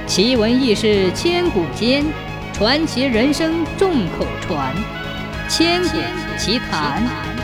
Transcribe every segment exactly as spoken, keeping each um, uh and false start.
奇闻异事千古间，传奇人生众口传。千古奇谈。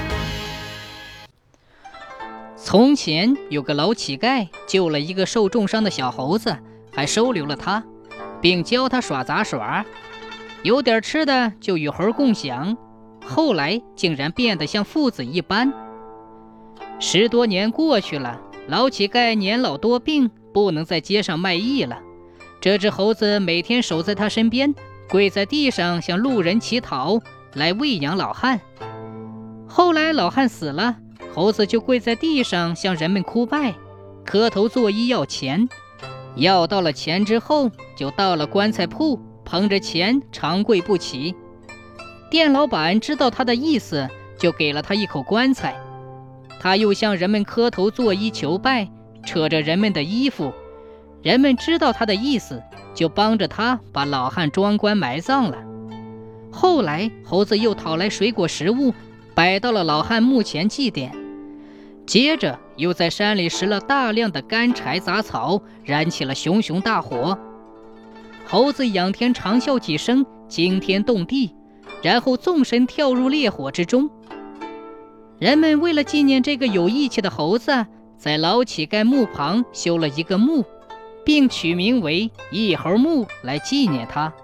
从前有个老乞丐，救了一个受重伤的小猴子，还收留了他，并教他耍杂耍。有点吃的就与猴共享，后来竟然变得像父子一般。十多年过去了，老乞丐年老多病，不能在街上卖艺了。这只猴子每天守在他身边，跪在地上向路人乞讨，来喂养老汉。后来老汉死了，猴子就跪在地上向人们哭拜，磕头作揖要钱。要到了钱之后，就到了棺材铺，捧着钱长跪不起。店老板知道他的意思，就给了他一口棺材。他又向人们磕头作揖求拜，扯着人们的衣服。人们知道他的意思，就帮着他把老汉装棺埋葬了。后来猴子又讨来水果食物，摆到了老汉墓前祭奠。接着又在山里拾了大量的干柴杂草，燃起了熊熊大火。猴子仰天长啸几声，惊天动地，然后纵身跳入烈火之中。人们为了纪念这个有义气的猴子，在老乞丐墓旁修了一个墓，并取名为义猴墓来纪念他。